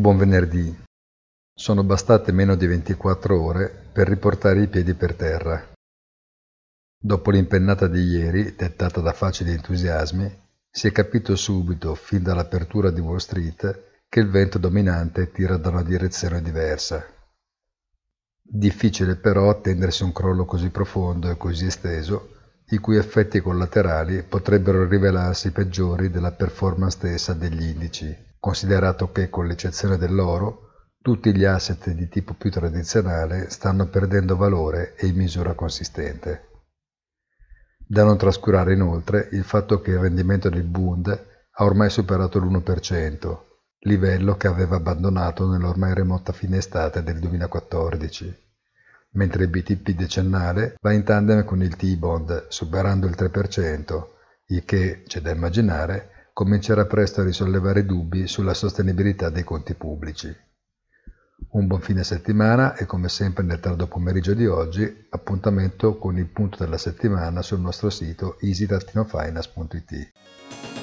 buon venerdì. Sono bastate meno di 24 ore per riportare i piedi per terra. Dopo l'impennata di ieri, dettata da facili entusiasmi, si è capito subito, fin dall'apertura di Wall Street, che il vento dominante tira da una direzione diversa. Difficile però attendersi un crollo così profondo e così esteso, i cui effetti collaterali potrebbero rivelarsi peggiori della performance stessa degli indici, considerato che, con l'eccezione dell'oro, tutti gli asset di tipo più tradizionale stanno perdendo valore e in misura consistente. Da non trascurare inoltre il fatto che il rendimento del Bund ha ormai superato l'1%, livello che aveva abbandonato nell'ormai remota fine estate del 2014, mentre il BTP decennale va in tandem con il T-Bond superando il 3%, il che, c'è da immaginare, comincerà presto a risollevare dubbi sulla sostenibilità dei conti pubblici. Un buon fine settimana e, come sempre nel tardo pomeriggio di oggi, appuntamento con il punto della settimana sul nostro sito easy-finance.it.